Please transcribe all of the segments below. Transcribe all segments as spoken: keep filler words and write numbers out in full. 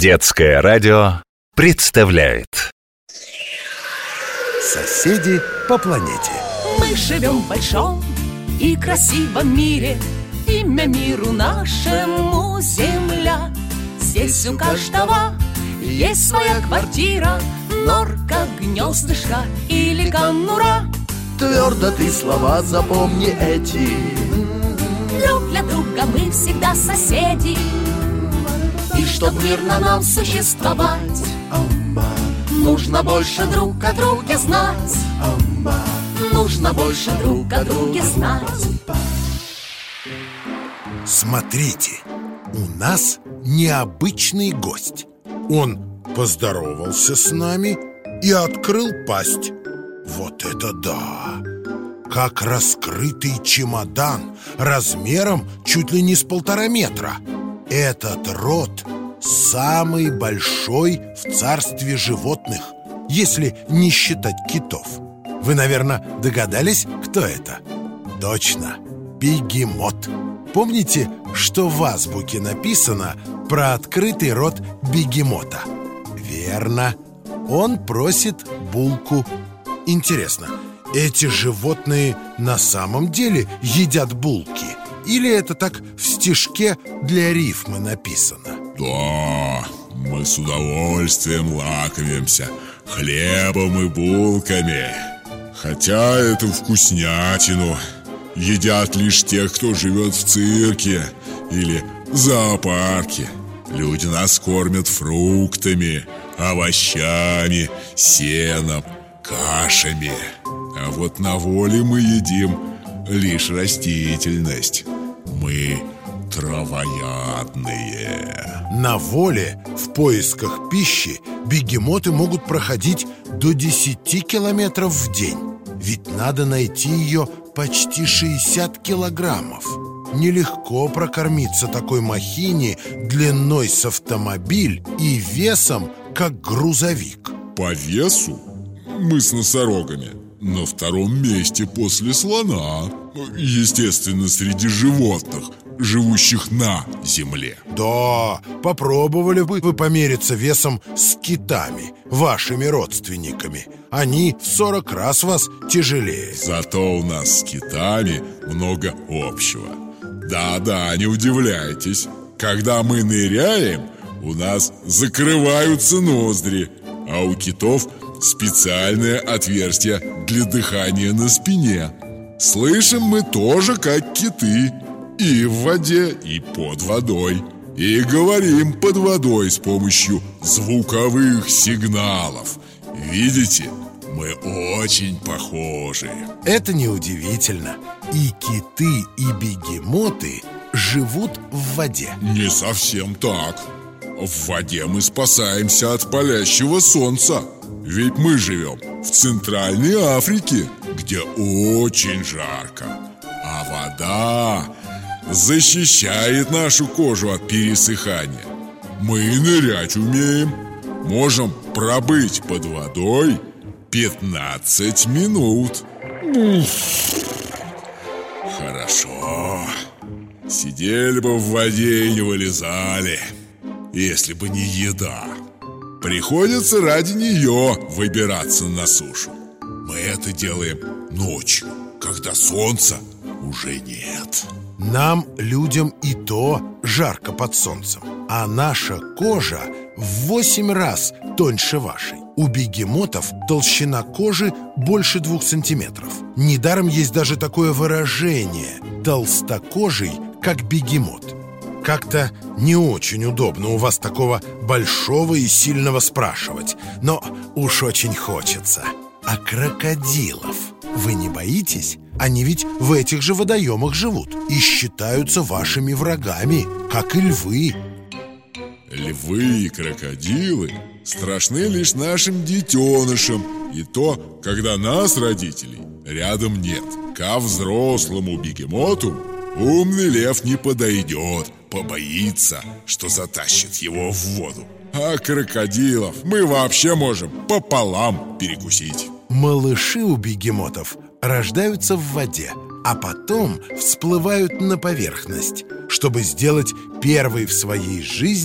Детское радио представляет Соседи по планете. Мы живем в большом и красивом мире. Имя миру нашему Земля. Здесь у каждого есть своя квартира, норка, гнездышко или конура. Твердо ты слова запомни эти. Друг для друга мы всегда соседи. И чтоб мирно нам существовать, нужно больше друг о друге знать. Нужно больше друг о друге знать. Смотрите, у нас необычный гость. Он поздоровался с нами и открыл пасть. Вот это да! Как раскрытый чемодан, размером чуть ли не с полтора метра. Этот рот самый большой в царстве животных, если не считать китов. Вы, наверное, догадались, кто это? Точно, бегемот. Помните, что в азбуке написано про открытый рот бегемота? Верно, он просит булку. Интересно, эти животные на самом деле едят булки? Или это так в стишке для рифмы написано? Да, мы с удовольствием лакомимся хлебом и булками. Хотя эту вкуснятину едят лишь те, кто живет в цирке или зоопарке. Люди нас кормят фруктами, овощами, сеном, кашами. А вот на воле мы едим лишь растительность. Мы травоядные. На воле в поисках пищи бегемоты могут проходить до десяти километров в день. Ведь надо найти ее почти шестьдесят килограммов. Нелегко прокормиться такой махине длиной с автомобиль и весом, как грузовик. По весу мы с носорогами на втором месте после слона. Естественно, среди животных, живущих на земле. Да, попробовали бы вы помериться весом с китами, вашими родственниками. Они в сорок раз вас тяжелее. Зато у нас с китами много общего. Да-да, не удивляйтесь. Когда мы ныряем, у нас закрываются ноздри, а у китов специальное отверстие для дыхания на спине. Слышим мы тоже, как киты, и в воде, и под водой. И говорим под водой с помощью звуковых сигналов. Видите, мы очень похожи. Это неудивительно. И киты, и бегемоты живут в воде. Не совсем так. В воде мы спасаемся от палящего солнца. Ведь мы живем в Центральной Африке, где очень жарко. А вода защищает нашу кожу от пересыхания. Мы нырять умеем. Можем пробыть под водой пятнадцать минут. Хорошо. Сидели бы в воде и не вылезали, если бы не еда. Приходится ради нее выбираться на сушу. Мы это делаем ночью, когда солнца уже нет. Нам, людям, и то жарко под солнцем. А наша кожа в восемь раз тоньше вашей. У бегемотов толщина кожи больше двух сантиметров. Недаром есть даже такое выражение «толстокожий, как бегемот». Как-то не очень удобно у вас такого большого и сильного спрашивать, но уж очень хочется. А крокодилов вы не боитесь? Они ведь в этих же водоемах живут и считаются вашими врагами, как и львы. Львы и крокодилы страшны лишь нашим детенышам. И то, когда нас, родителей, рядом нет. Ко взрослому бегемоту умный лев не подойдет, побоится, что затащит его в воду. А крокодилов мы вообще можем пополам перекусить. Малыши у бегемотов рождаются в воде, а потом всплывают на поверхность, чтобы сделать первый в своей жизни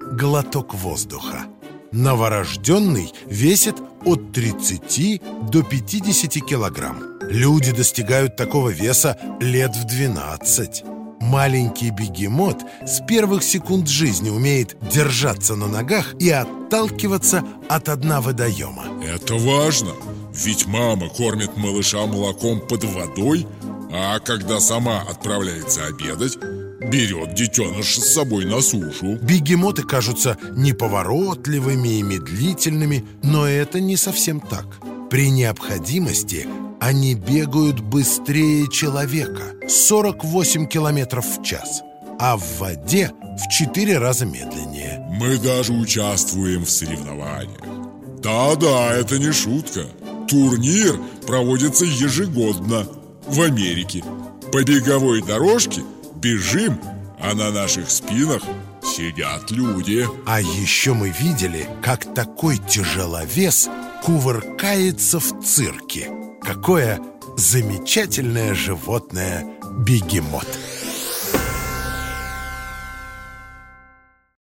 глоток воздуха. Новорожденный весит от тридцати до пятидесяти килограмм. Люди достигают такого веса лет в двенадцать. Маленький бегемот с первых секунд жизни умеет держаться на ногах и отталкиваться от дна водоема. Это важно, ведь мама кормит малыша молоком под водой, а когда сама отправляется обедать, берет детеныша с собой на сушу. Бегемоты кажутся неповоротливыми и медлительными, но это не совсем так. При необходимости они бегают быстрее человека – сорок восемь километров в час, а в воде в четыре раза медленнее. Мы даже участвуем в соревнованиях. Да-да, это не шутка. Турнир проводится ежегодно в Америке. По беговой дорожке бежим, а на наших спинах сидят люди. А еще мы видели, как такой тяжеловес кувыркается в цирке. Какое замечательное животное бегемот!